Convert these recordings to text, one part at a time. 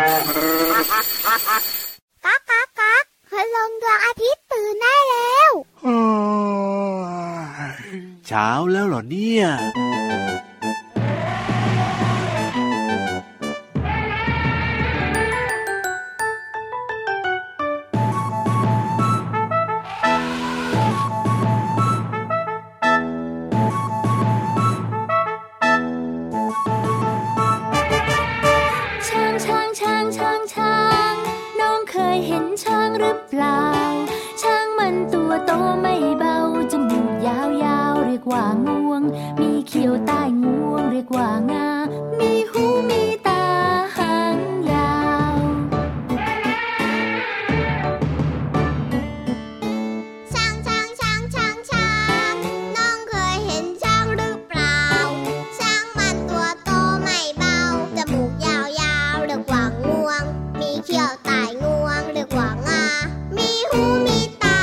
ก๊ากก๊ากก๊ากคืนลงดวงอาทิตย์ตื่นได้แล้วเช้าแล้วเหรอเนี่ยโตไม่เบาจมูกยาวๆเรียกว่างวงมีเขี้ยวใต้งวงเรียกว่างามีหูมีตาหางยาวช้างช้างช้างช้างช้างน้องเคยเห็นช้างหรือเปล่าช้างมันตัวโตไม่เบาจมูกยาวๆเรียกว่างวงมีเขี้ยวใต้งวงเรียกว่างามีหูมีตา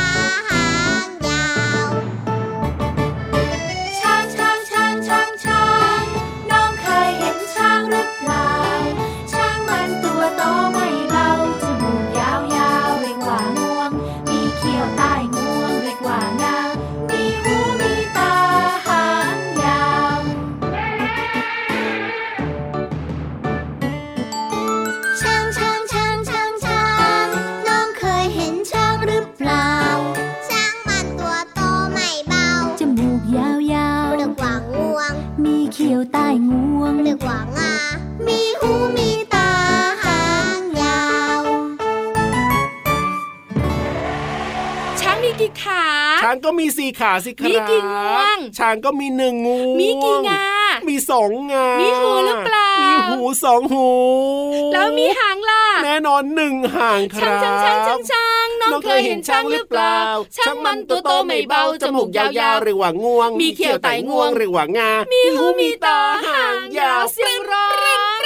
ช้างก็มี4ขาสิครับมีกี่งวงช้างก็มี1งวงมีกี่งามี2งามีหูหรือเปล่ามีหู2หูแล้วมีหางล่ะแน่นอน1หางครับช้างน้องเคยเห็นช้างหรือเปล่าช้างมันตัวโตไม่เบาจมูกยาวๆหรือว่างวงมีเขี้ยวไต่งวงหรือว่างามีหูมีตาหางยาวเสียงร้อง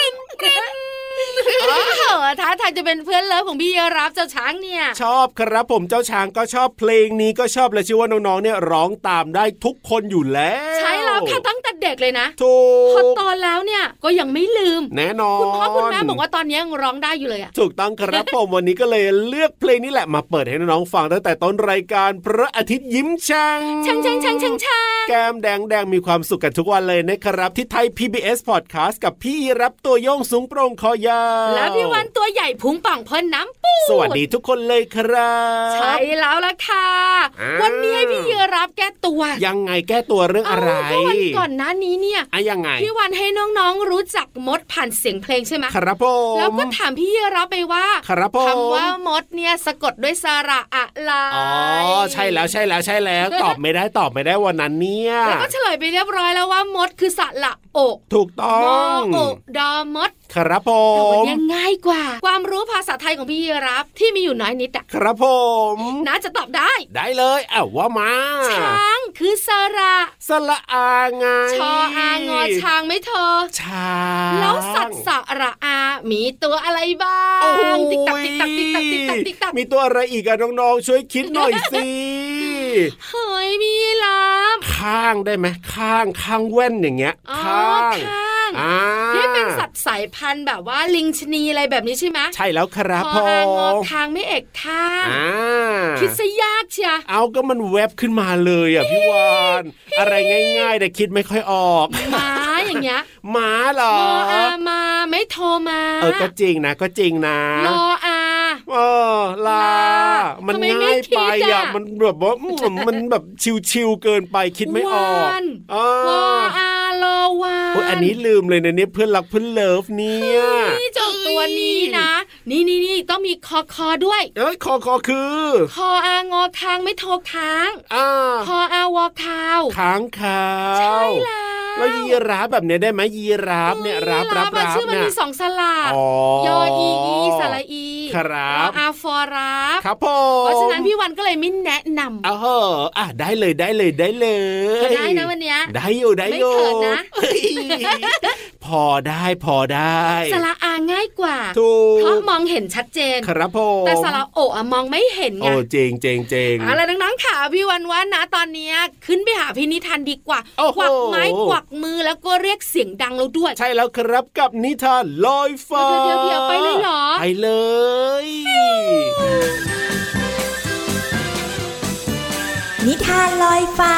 โอ้โหท้าทายจะเป็นเพื่อนเลิฟของพี่รับเจ้าช้างเนี่ยชอบครับผมเจ้าช้างก็ชอบเพลงนี้ก็ชอบและเชื่อว่าน้องๆเนี่ยร้องตามได้ทุกคนอยู่แล้วใช่แล้วค่ะตั้งแต่เด็กเลยนะถูกพอตอนแล้วเนี่ยก็ยังไม่ลืมแน่นอนคุณพ่อคุณแม่บอกว่าตอนนี้ยังร้องได้อยู่เลยอะถูกต้องครับผมวันนี้ก็เลยเลือกเพลงนี้แหละมาเปิดให้น้องๆฟังตั้งแต่ต้นรายการพระอาทิตย์ยิ้มช่างแก้มแดงมีความสุขกันทุกวันเลยนะครับที่ไทย PBS Podcast กับพี่รับตัวโยงสูงโปร่งคอยาวและพี่วันตัวใหญ่พุงป่องพ่นน้ำปูสวัสดีทุกคนเลยครับใช่แล้วล่ะค่ะวันนี้ให้พี่รับแก้ตัวยังไงแก้ตัวเรื่องอะไรวันก่อนหน้านี้เนี่ยยังไงพี่วันให้น้องๆรู้จักมดผ่านเสียงเพลงใช่ไหมครับผมแล้วก็ถามพี่รับไปว่าคำว่ามดเนี่ยสะกดด้วยสระอะไรอ๋อใช่แล้วตอบไม่ได้วันนั้นเนี่ยแล้วก็เฉลยไปเรียบร้อยแล้วว่ามดคือสระโอถูกต้องมอดอมดครับผมแต่วันนี้ง่ายกว่าความรู้ภาษาไทยของพี่รับที่มีอยู่น้อยนิดอะครับผมน่าจะตอบได้เลยว่ามาช้างคือสระอาไงชออางอช้างไม่เธอช้างแล้วสัตว์สระอามีตัวอะไรบ้างติ๊กตักมีตัวอะไรอีกอะน้องๆช่วยคิดหน่อยสิเฮ้ยมีลับข้างได้ไหมข้างแว่นอย่างเงี้ยข้างที่เป็นสัตว์สายพันธุ์แบบว่าลิงชนีอะไรแบบนี้ใช่ไหมใช่แล้วครับพ่อคางไม่เอกข้างคิดซะยากเชียเอาก็มันแวบขึ้นมาเลยอ่ะพี่วานอะไรง่ายๆแต่คิดไม่ค่อยออกม้าอย่างเงี้ยม้าเหรอมาไม่โทรมาก็จริงนะรออาลามันง่ายไปอ่ะมันแบบว่ามันแบบชิวๆเกินไปคิดไม่ออกวารอวานอันนี้ลืมเลยนะเนี่ยเพื่อนรักเพื่อนเลิฟเนี่ยเจ้าตัวนี้นะนี่ต้องมีคอด้วยคอคือคออางอค้างไม่โทรค้างคออาวอคาวค้างคาวใช่แล้วยีราฟแบบเนี้ยได้ไหมยีราฟเนี่ยรับชื่อมันมี2สระยออีสระอีครับอาฟอรับครับผมเพราะฉะนั้นพี่วันก็เลยไม่แนะนำได้เลยได้นะวันเนี้ยได้อยู่ไม่เขินนะพอได้สระอาง่ายกว่าเพราะมองเห็นชัดเจนครับผมแต่สระโอะมองไม่เห็นไงจริงอะไรน้องๆค่ะพี่วันว่านะตอนนี้ขึ้นไปหาพี่นิทานดีกว่าควักไม้ควักมือแล้วก็เรียกเสียงดังแล้วด้วยใช่แล้วครับกับนิทานลอยฟ้าเดี๋ยวไปเลยเหรอไปเลยนิทานลอยฟ้า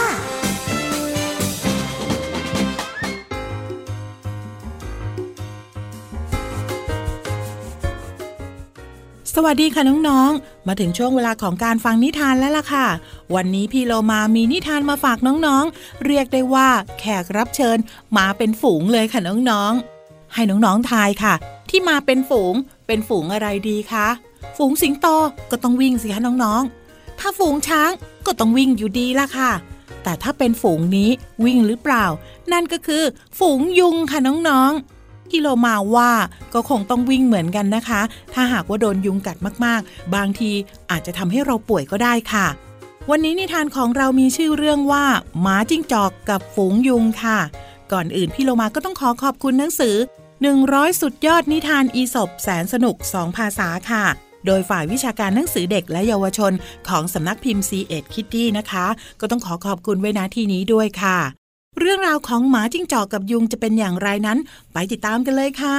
สวัสดีค่ะน้องๆมาถึงช่วงเวลาของการฟังนิทานแล้วล่ะค่ะวันนี้พี่โลมามีนิทานมาฝากน้องๆเรียกได้ว่าแขกรับเชิญมาเป็นฝูงเลยค่ะน้องๆให้น้องๆทายค่ะที่มาเป็นฝูงอะไรดีคะฝูงสิงโตก็ต้องวิ่งสิคะน้องๆถ้าฝูงช้างก็ต้องวิ่งอยู่ดีล่ะค่ะแต่ถ้าเป็นฝูงนี้วิ่งหรือเปล่านั่นก็คือฝูงยุงค่ะน้องๆพี่โลมาว่าก็คงต้องวิ่งเหมือนกันนะคะถ้าหากว่าโดนยุงกัดมากๆบางทีอาจจะทำให้เราป่วยก็ได้ค่ะวันนี้นิทานของเรามีชื่อเรื่องว่าหมาจิ้งจอกกับฝูงยุงค่ะก่อนอื่นพี่โลมาก็ต้องขอบคุณหนังสือ100สุดยอดนิทานอีสปแสนสนุก2ภาษาค่ะโดยฝ่ายวิชาการหนังสือเด็กและเยาวชนของสำนักพิมพ์ C.Ed Kids นะคะก็ต้องขอบคุณไว้ณที่นี้ด้วยค่ะเรื่องราวของหมาจิ้งจอกกับยุงจะเป็นอย่างไรนั้นไปติดตามกันเลยค่ะ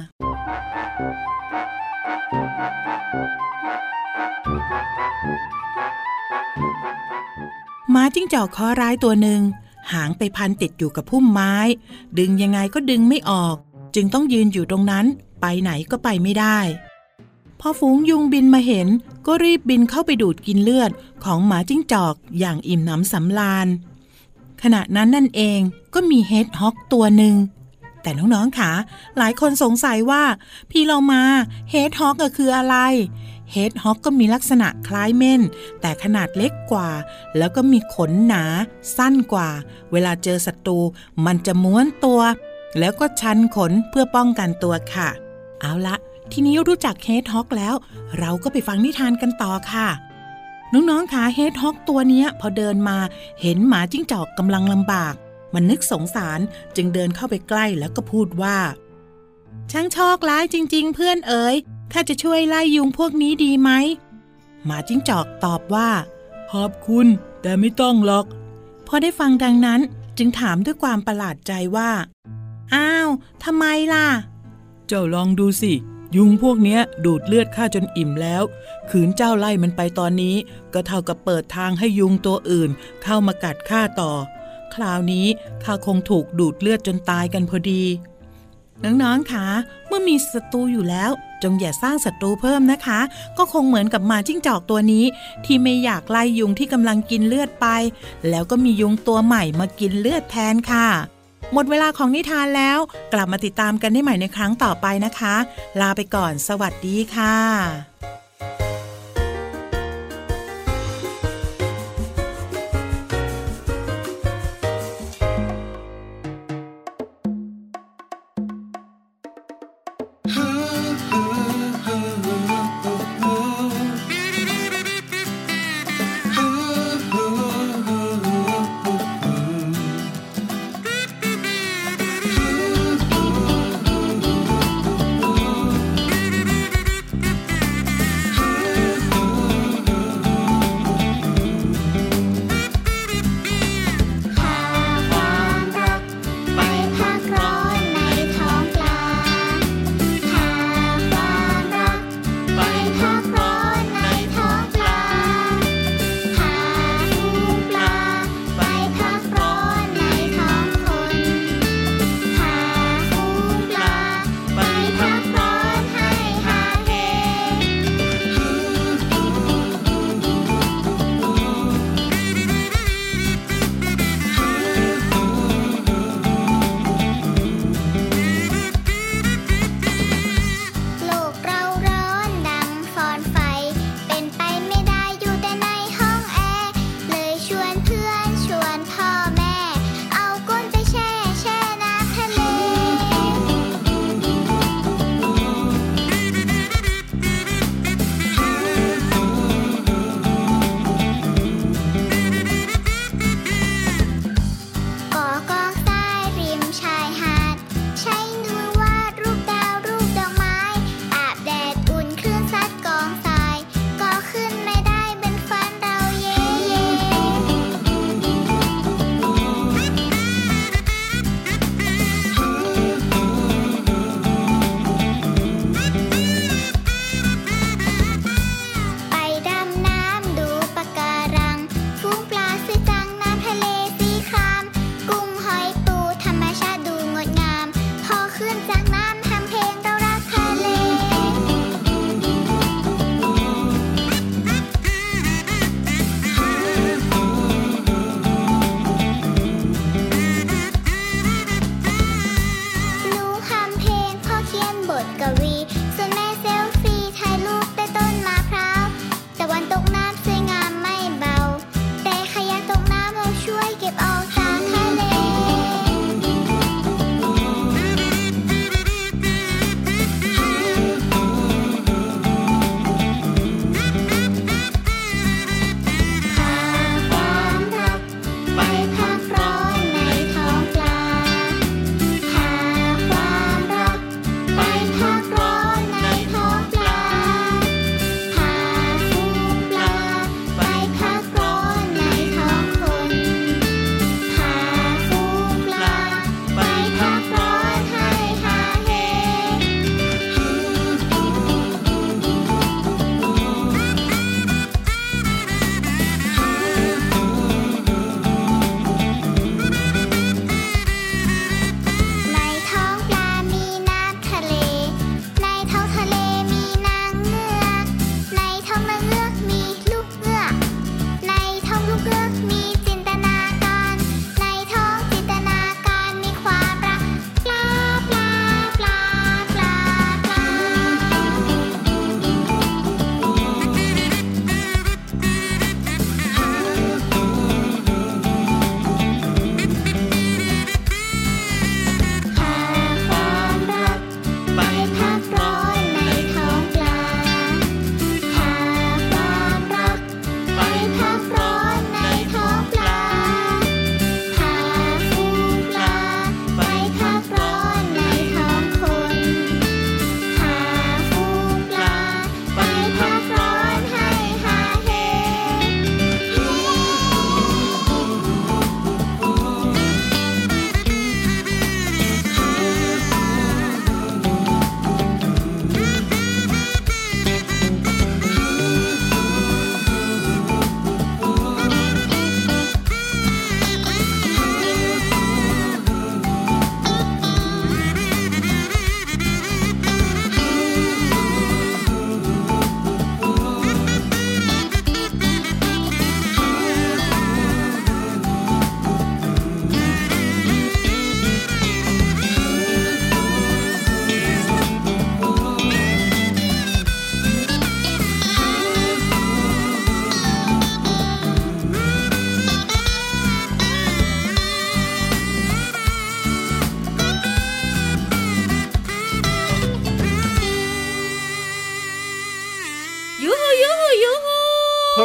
หมาจิ้งจอกเคราะห์ร้ายตัวหนึ่งหางไปพันติดอยู่กับพุ่มไม้ดึงยังไงก็ดึงไม่ออกจึงต้องยืนอยู่ตรงนั้นไปไหนก็ไปไม่ได้พอฝูงยุงบินมาเห็นก็รีบบินเข้าไปดูดกินเลือดของหมาจิ้งจอกอย่างอิ่มหนำสำราญขณะนั้นนั่นเองก็มีเฮดฮอกตัวหนึ่งแต่น้องๆค่ะหลายคนสงสัยว่าพี่เรามาเฮดฮอกคืออะไรเฮดฮอกก็มีลักษณะคล้ายเม่นแต่ขนาดเล็กกว่าแล้วก็มีขนหนาสั้นกว่าเวลาเจอศัตรูมันจะม้วนตัวแล้วก็ชันขนเพื่อป้องกันตัวค่ะเอาละทีนี้รู้จักเฮดฮอกแล้วเราก็ไปฟังนิทานกันต่อค่ะน้องๆค่ะเฮดฮอกตัวนี้พอเดินมาเห็นหมาจิ้งจอกกำลังลำบากมันนึกสงสารจึงเดินเข้าไปใกล้แล้วก็พูดว่าช่างโชคร้ายจริงๆเพื่อนเอ๋ยข้าจะช่วยไล่ยุงพวกนี้ดีไหมหมาจิ้งจอกตอบว่าขอบคุณแต่ไม่ต้องหรอกพอได้ฟังดังนั้นจึงถามด้วยความประหลาดใจว่าอ้าวทำไมล่ะเจ้าลองดูสิยุงพวกนี้ดูดเลือดข้าจนอิ่มแล้วขืนเจ้าไล่มันไปตอนนี้ก็เท่ากับเปิดทางให้ยุงตัวอื่นเข้ามากัดข้าต่อคราวนี้ข้าคงถูกดูดเลือดจนตายกันพอดีน้องๆค่ะเมื่อมีศัตรูอยู่แล้วจงอย่าสร้างศัตรูเพิ่มนะคะก็คงเหมือนกับหมาจิ้งจอกตัวนี้ที่ไม่อยากไล่ยุงที่กำลังกินเลือดไปแล้วก็มียุงตัวใหม่มากินเลือดแทนค่ะหมดเวลาของนิทานแล้วกลับมาติดตามกันได้ใหม่ในครั้งต่อไปนะคะลาไปก่อนสวัสดีค่ะ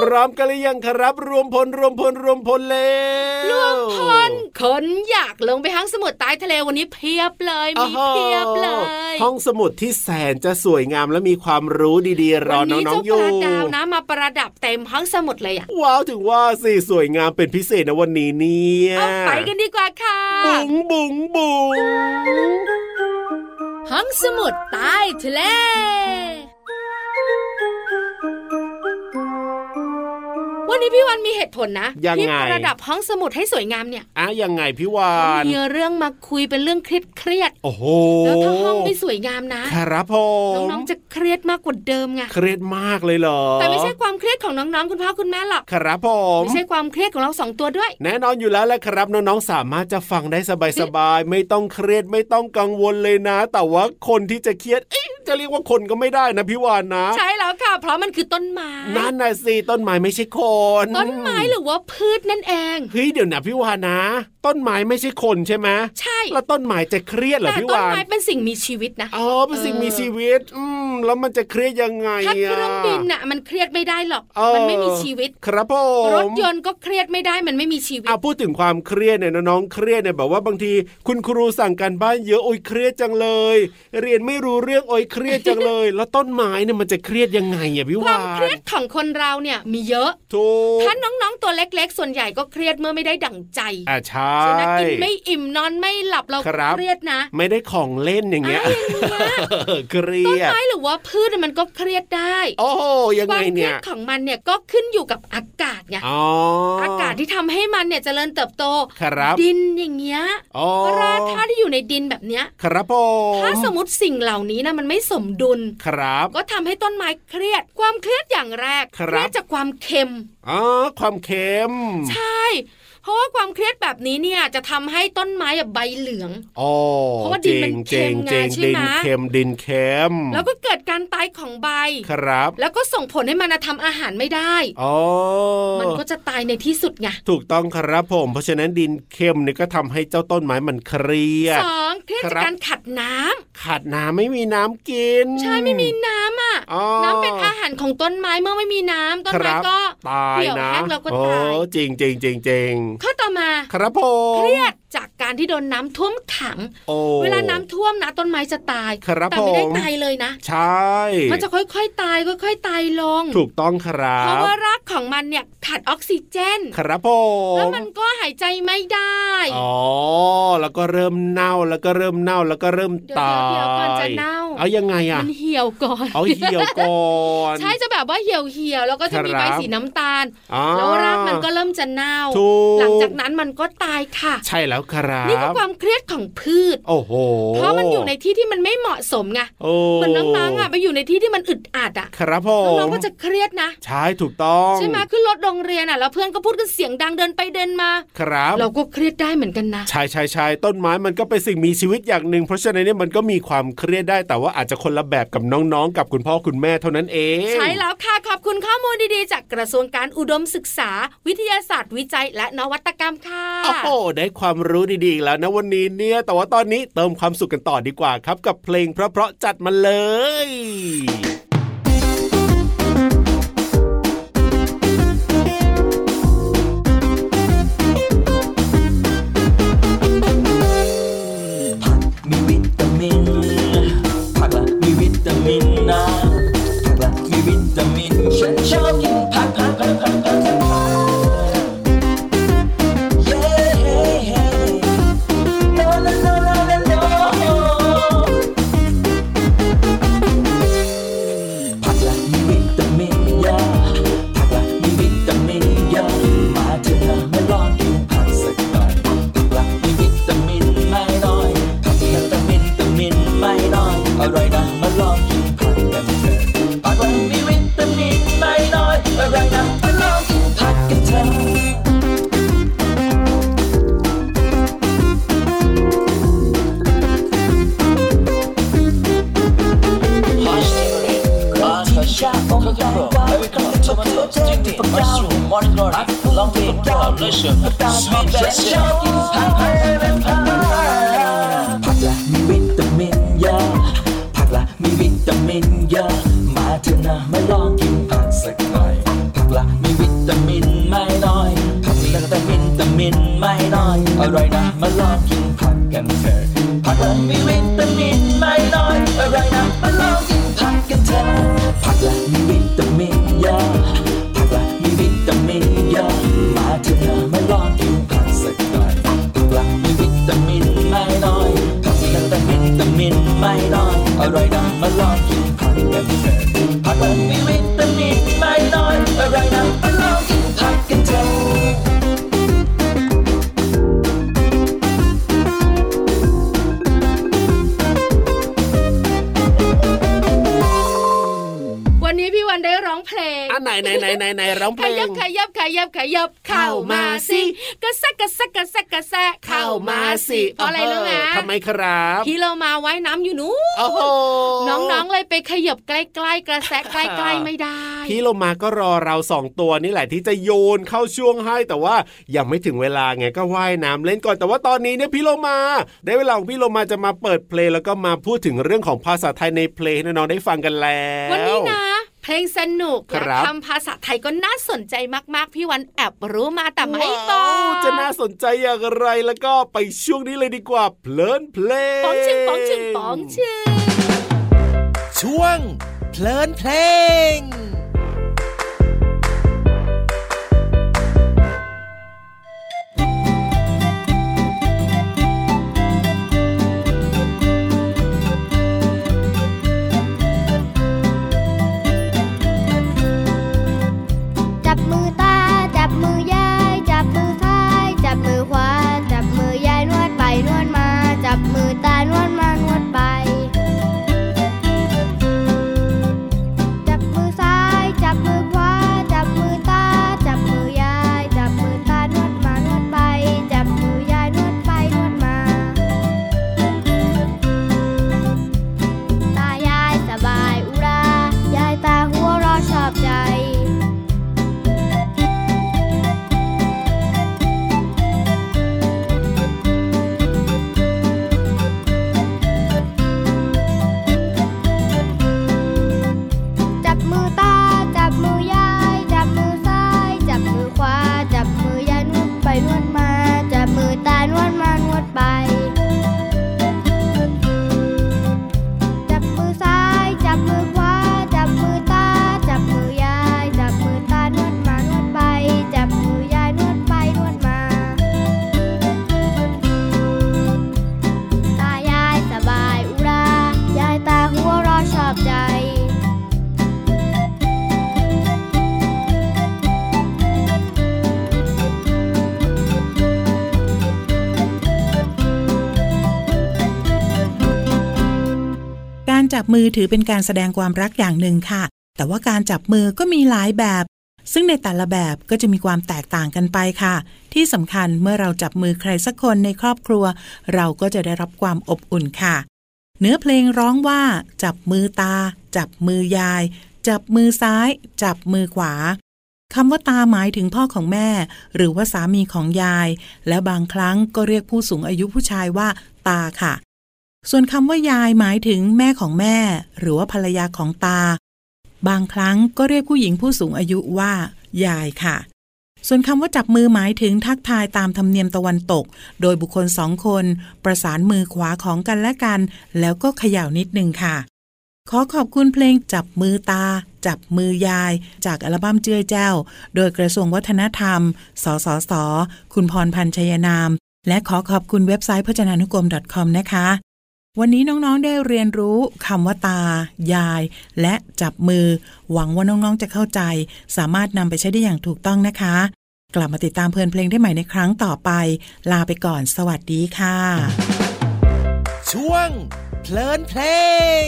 ร้อมกันหรือยังครับรวมพลแล้วรวมพลคนอยากลงไปห้องสมุดใต้ทะเลวันนี้เพียบเลยมีเพียบเลยห้องสมุดที่แสนจะสวยงามและมีความรู้ดีๆรอน้องๆอยู่วันนี้เจ้าปลาดาวนะมาประดับเต็มห้องสมุดเลยอ่ะว้าวถึงว่าสิสวยงามเป็นพิเศษนะวันนี้เนี่ยเอาไปกันดีกว่าค่ะบุ๋งบุ๋งบุ๋งห้องสมุดใต้ทะเลวันนี้พี่วันมีเหตุผลนะที่ประดับห้องสมุดให้สวยงามเนี่ยยังไงพี่วันมีเรื่องมาคุยเป็นเรื่องเครียดโอ้โหแล้วถ้าห้องไม่สวยงามนะครับผมน้องๆจะเครียดมากกว่าเดิมไงเครียดมากเลยเหรอแต่ไม่ใช่ความเครียดของน้องๆคุณพ่อคุณแม่หรอกครับผมไม่ใช่ความเครียดของเรา2ตัวด้วยแน่นอนอยู่แล้วแหละครับน้องๆสามารถจะฟังได้สบายๆไม่ต้องเครียดไม่ต้องกังวลเลยนะแต่ว่าคนที่จะเครียดจะเรียกว่าคนก็ไม่ได้นะพี่วานนะใช่แล้วค่ะเพราะมันคือต้นไม้นั่นน่ะสิต้นไม้ไม่ใช่คนต้นไม้หรือว่าพืชนั่นเองเฮ้ยเดี๋ยวนะพี่วานนะต้นไม้ไม่ใช่คนใช่ไหมใช่แล้วต้นไม้จะเครียดเหรอพี่วานแต่ต้นไม้เป็นสิ่งมีชีวิตนะเป็นสิ่งมีชีวิตแล้วมันจะเครียดยังไงถ้าเครื่องบินน่ะมันเครียดไม่ได้หรอกมันไม่มีชีวิตครับผมรถยนต์ก็เครียดไม่ได้มันไม่มีชีวิตพูดถึงความเครียดเนี่ยน้องๆเครียดเนี่ยแบบว่าบางทีคุณครูสั่งการบ้านเยอะโอ๊ยเครียดจังเลยเรียนไม่รู้เรื่องโอ๊ยเครียดจังเลยแล้วต้นไม้เนี่ยมันจะเครียดยังไงพี่วานความเครียดของคนเราเนี่ยมีเยอะถูกถ้าน้องๆตัวเล็กๆส่วนใหญ่ก็เครียดเมื่อไม่ได้ดั่งใจใช่กินไม่อิ่มนอนไม่หลับเราเครียดนะไม่ได้ของเล่นอย่างเงี้ยเครียดต้นไม้หรือว่าพืชมันก็เครียดได้โอ้ยังไงเนี่ยความเครียดของมันเนี่ยก็ขึ้นอยู่กับอากาศไงอากาศที่ทำให้มันเนี่ยเจริญเติบโตดินอย่างเงี้ยแร่ธาตุที่อยู่ในดินแบบเนี้ยครับผมถ้าสมมติสิ่งเหล่านี้นะมันไม่สมดุลครับก็ทำให้ต้นไม้เครียดความเครียดอย่างแรกเครียดจากความเค็มความเค็มใช่เพราะว่าความเครียดแบบนี้เนี่ยจะทำให้ต้นไม้ใบเหลืองเพราะว่าดินมันเค็มไงใช่ไหมดินเค็มแล้วก็เกิดการตายของใบครับแล้วก็ส่งผลให้มันทำอาหารไม่ได้มันก็จะตายในที่สุดไงถูกต้องครับผมเพราะฉะนั้นดินเค็มเนี่ยก็ทำให้เจ้าต้นไม้มันเครียด 2เครียดจากการขัดน้ำไม่มีน้ำกินใช่ไม่มีน้ำน้ำเป็นอาหารของต้นไม้เมื่อไม่มีน้ำต้นไม้ก็ตายนะแล้วก็ตายจริงข้อต่อมาครับผมเครียดจากการที่โดนน้ำท่วมขังเวลาน้ำท่วมนะต้นไม้จะตายแต่ไม่ได้ตายเลยนะใช่มันจะค่อยๆตายค่อยๆตายลงถูกต้องครับเพราะว่ารากของมันเนี่ยขาดออกซิเจนครับผมแล้วมันก็หายใจไม่ได้แล้วก็เริ่มเน่าแล้วก็เริ่มตายเดี๋ยวก่อนจะเน่าเอายังไงมันเหี่ยวก่อนเหี่ยวก่อนใช่จะแบบว่าเหี่ยวแล้วก็จะมีใบสีน้ำตาลแล้วรากมันก็เริ่มจะเน่าหลังจากนั้นมันก็ตายค่ะใช่แล้วครับนี่คือความเครียดของพืชโอ้โหเพราะมันอยู่ในที่ที่มันไม่เหมาะสมไงเหมือนน้องๆไปอยู่ในที่ที่มันอึดอัดครับผมน้องๆก็จะเครียดนะใช่ถูกต้องใช่ไหมขึ้นรถโรงเรียนแล้วเพื่อนก็พูดกันเสียงดังเดินไปเดินมาครับเราก็เครียดได้เหมือนกันนะใช่ต้นไม้มันก็เป็นสิ่งมีชีวิตอย่างหนึ่งเพราะฉะนั้นเนี่ยมันก็มีความเครียดได้แต่ว่าอาจจะคนละแบบกับน้องๆกับคุณพ่อคุณแม่เท่านั้นเองใช่แล้วค่ะขอบคุณข้อมูลดีๆจากกระทรวงการอุดมศึกษาวิทยาศาสตร์วิจัยและนวัตกรรมค่ะโอ้โหได้ความรู้ดีๆแล้วนะวันนี้เนี่ยแต่ว่าตอนนี้เติมความสุขกันต่อดีกว่าครับกับเพลงเพราะๆจัดมาเลยฉันชอบกินผักมีมินไม่น้อยอร่อยนะมาลองกินผักกันเถอะผักละมีวิตามินไม่น้อยอร่อยนะมาลองกินผักกันเถอะผักละมีวิตามินเยอะผักละมีวิตามินเยอะมาเถอะนะมาลองกินผักสักหน่อยผักละมีวิตามินไม่น้อยผักละมีวิตามินไม่น้อยอร่อยนะมาลองกินผักกันเถอะผักละมีวิตามินไม่น้อยอร่อยนะมาลองกินผักกันเถอะวันนี้พี่วันได้ร้องเพลงไหนร้องเพลงขยับเข้ามาสิกระแซกเข้ามาสิอะไรรู้ไหมทำไมครับพี่เรามาไว้น้ำอยู่นู้นน้องๆเลยไปขยับใกล้ๆกระแซกใกล้ๆไม่ได้พี่เรามาก็รอเรา2ตัวนี่แหละที่จะโยนเข้าช่วงให้แต่ว่ายังไม่ถึงเวลาไงก็ว่ายน้ำเล่นก่อนแต่ว่าตอนนี้เนี่ยพี่เรามาได้เวลาของพี่เรามาจะมาเปิดเพลงแล้วก็มาพูดถึงเรื่องของภาษาไทยในเพลงให้น้องๆได้ฟังกันแล้ววันนี้นะเพลงสนุกและทำภาษาไทยก็น่าสนใจมากๆพี่วันแอบรู้มาแต่ไม่บอกจะน่าสนใจอย่างไรแล้วก็ไปช่วงนี้เลยดีกว่าเพลินเพลงป๋องชึงช่วงเพลินเพลงจับมือถือเป็นการแสดงความรักอย่างหนึ่งค่ะแต่ว่าการจับมือก็มีหลายแบบซึ่งในแต่ละแบบก็จะมีความแตกต่างกันไปค่ะที่สำคัญเมื่อเราจับมือใครสักคนในครอบครัวเราก็จะได้รับความอบอุ่นค่ะเนื้อเพลงร้องว่าจับมือตาจับมือยายจับมือซ้ายจับมือขวาคำว่าตาหมายถึงพ่อของแม่หรือว่าสามีของยายและบางครั้งก็เรียกผู้สูงอายุผู้ชายว่าตาค่ะส่วนคำว่ายายหมายถึงแม่ของแม่หรือว่าภรรยาของตาบางครั้งก็เรียกผู้หญิงผู้สูงอายุว่ายายค่ะส่วนคำว่าจับมือหมายถึงทักทายตามธรรมเนียมตะวันตกโดยบุคคล2คนประสานมือขวาของกันและกันแล้วก็เขย่านิดนึงค่ะขอขอบคุณเพลงจับมือตาจับมือยายจากอัลบั้มเจื้อแจ้วโดยกระทรวงวัฒนธรรมสสส.คุณพรพันธ์ชัยนามและขอขอบคุณเว็บไซต์พจนานุกรม .com นะคะวันนี้น้องๆได้เรียนรู้คำว่าตายายและจับมือหวังว่าน้องๆจะเข้าใจสามารถนำไปใช้ได้อย่างถูกต้องนะคะกลับมาติดตามเพลินเพลงได้ใหม่ในครั้งต่อไปลาไปก่อนสวัสดีค่ะช่วงเพลินเพลง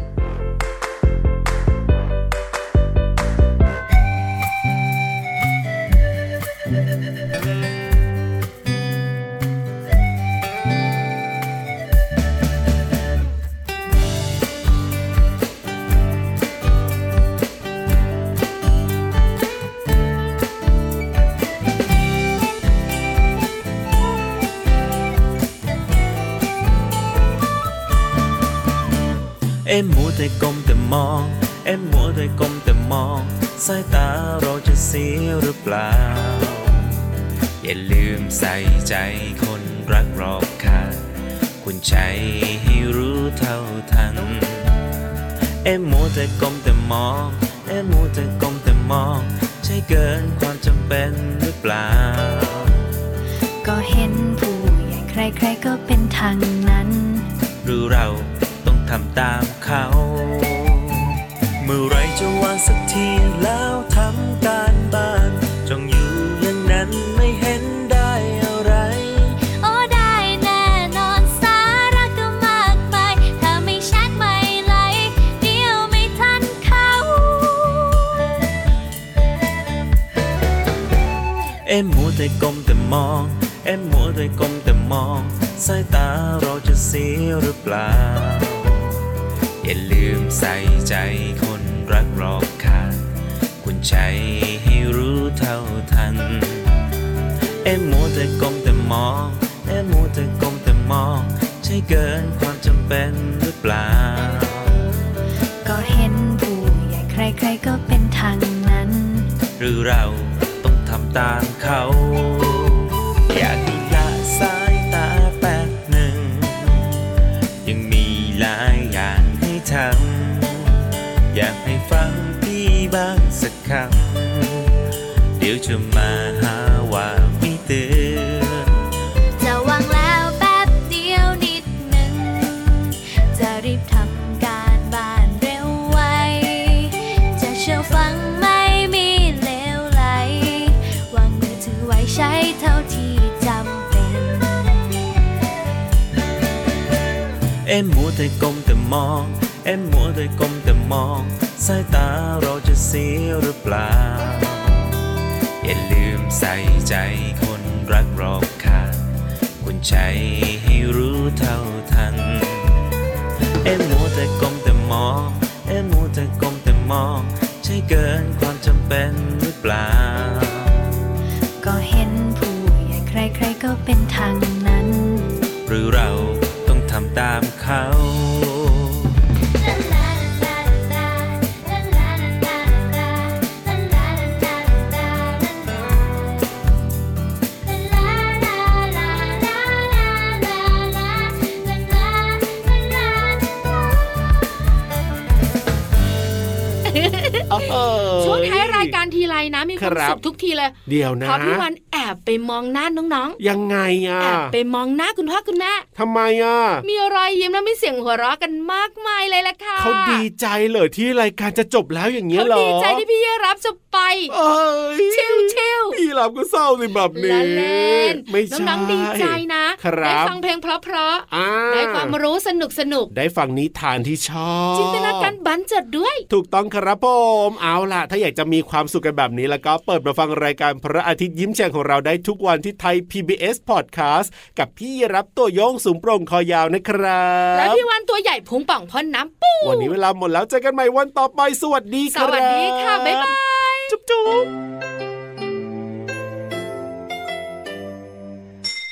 มัวแต่ก้มแต่มองมัวแต่ก้มแต่มองสายตาเราจะเสียหรือเปล่าอย่าลืมใส่ใจคนรักรอบข้างคุณใจให้รู้เท่าทันมัวแต่ก้มแต่มองมัวแต่ก้มแต่มองใช่เกินความจำเป็นหรือเปล่าก็เห็นผู้ใหญ่ใครๆก็เป็นทางนั้นหรือเราต้องทำตามเขาเมื่อไรจะวางสักทีแล้วทำการบ้านจ้องอยู่อย่างนั้นไม่เห็นได้อะไรโอ้ได้แน่นอนสาระก็มากมายถ้าไม่แชทไม่ไลค์เดี๋ยวไม่ทันเขามัวแต่ก้มแต่มองมัวแต่ก้มแต่มองสายตาเราจะเสียหรือเปล่าอย่าลืมใส่ใจคนรักรอบข้างคุณใจให้รู้เท่าทันมัวแต่ก้มแต่มองมัวแต่ก้มแต่มองใช่เกินความจำเป็นหรือเปล่าก็เห็นผู้ใหญ่ใครๆก็เป็นทางนั้นหรือเราต้องทำตามเขาอยากให้ละสายตาแป๊บหนึ่งยังมีหลายอย่างให้ทำอยากให้ฟังพี่บ้างสักคำเดี๋ยวจะมาหาว่าไม่เตือนจะวางแล้วแป๊บเดียวนิดหนึ่งจะรีบทำการบ้านเร็วไวจะเชื่อฟังไม่มีเลวไหลวางมือถือไว้ใช้เท่าที่จำเป็นมัวแต่ก้มแต่มองมัวแต่ก้มแต่มองสายตาเราจะเสียหรือเปล่าอย่าลืมใส่ใจคนรักรอบข้างคุณใจให้รู้เท่าทันมัวแต่ก้มแต่มองมัวแต่ก้มแต่มองใช่เกินความจำเป็นหรือเปล่าก็เห็นผู้ใหญ่ใครๆก็เป็นทางนั้นหรือเราต้องทำตามเขาช่วงท้ายรายการทีไรนะมีความสุขทุกทีเลยเดี๋ยวนะเพราะพี่วันแอบไปมองหน้าน้องๆยังไงอ่ะแอบไปมองหน้าคุณพ่อคุณแม่ทำไมอ่ะมีรอยยิ้มและมีเสียงหัวเราะกันมากมายเลยล่ะค่ะเขาดีใจเลยที่รายการจะจบแล้วอย่างเงี้ยหรอเขาดีใจที่พี่รับจะไปชิวพี่รับก็เศร้าสิแบบนี้ไม่ใช่น้องๆดีใจนะได้ฟังเพลงเพราะๆได้ความรู้สนุกได้ฟังนิทานที่ชอบจินตนาการบันเจิดด้วยถูกต้องครับผมเอาล่ะถ้าอยากจะมีความสุขกันแบบนี้แล้วก็เปิดมาฟังรายการพระอาทิตย์ยิ้มแฉ่งของเราได้ทุกวันที่ไทย PBS Podcast กับพี่รับตัวโยงสูงโปร่งคอยาวนะครับและพี่วันตัวใหญ่พุงป่องพ่นน้ำปูวันนี้เวลาหมดแล้วเจอกันใหม่วันต่อไปสวัสดีครับสวัสดีค่ะบ๊ายบายจุ๊บจุ๊บ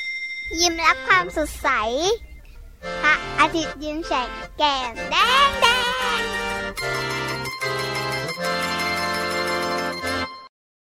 ยิ้มรับความสดใสพระอาทิตย์ยิ้มแฉกแก้มแดง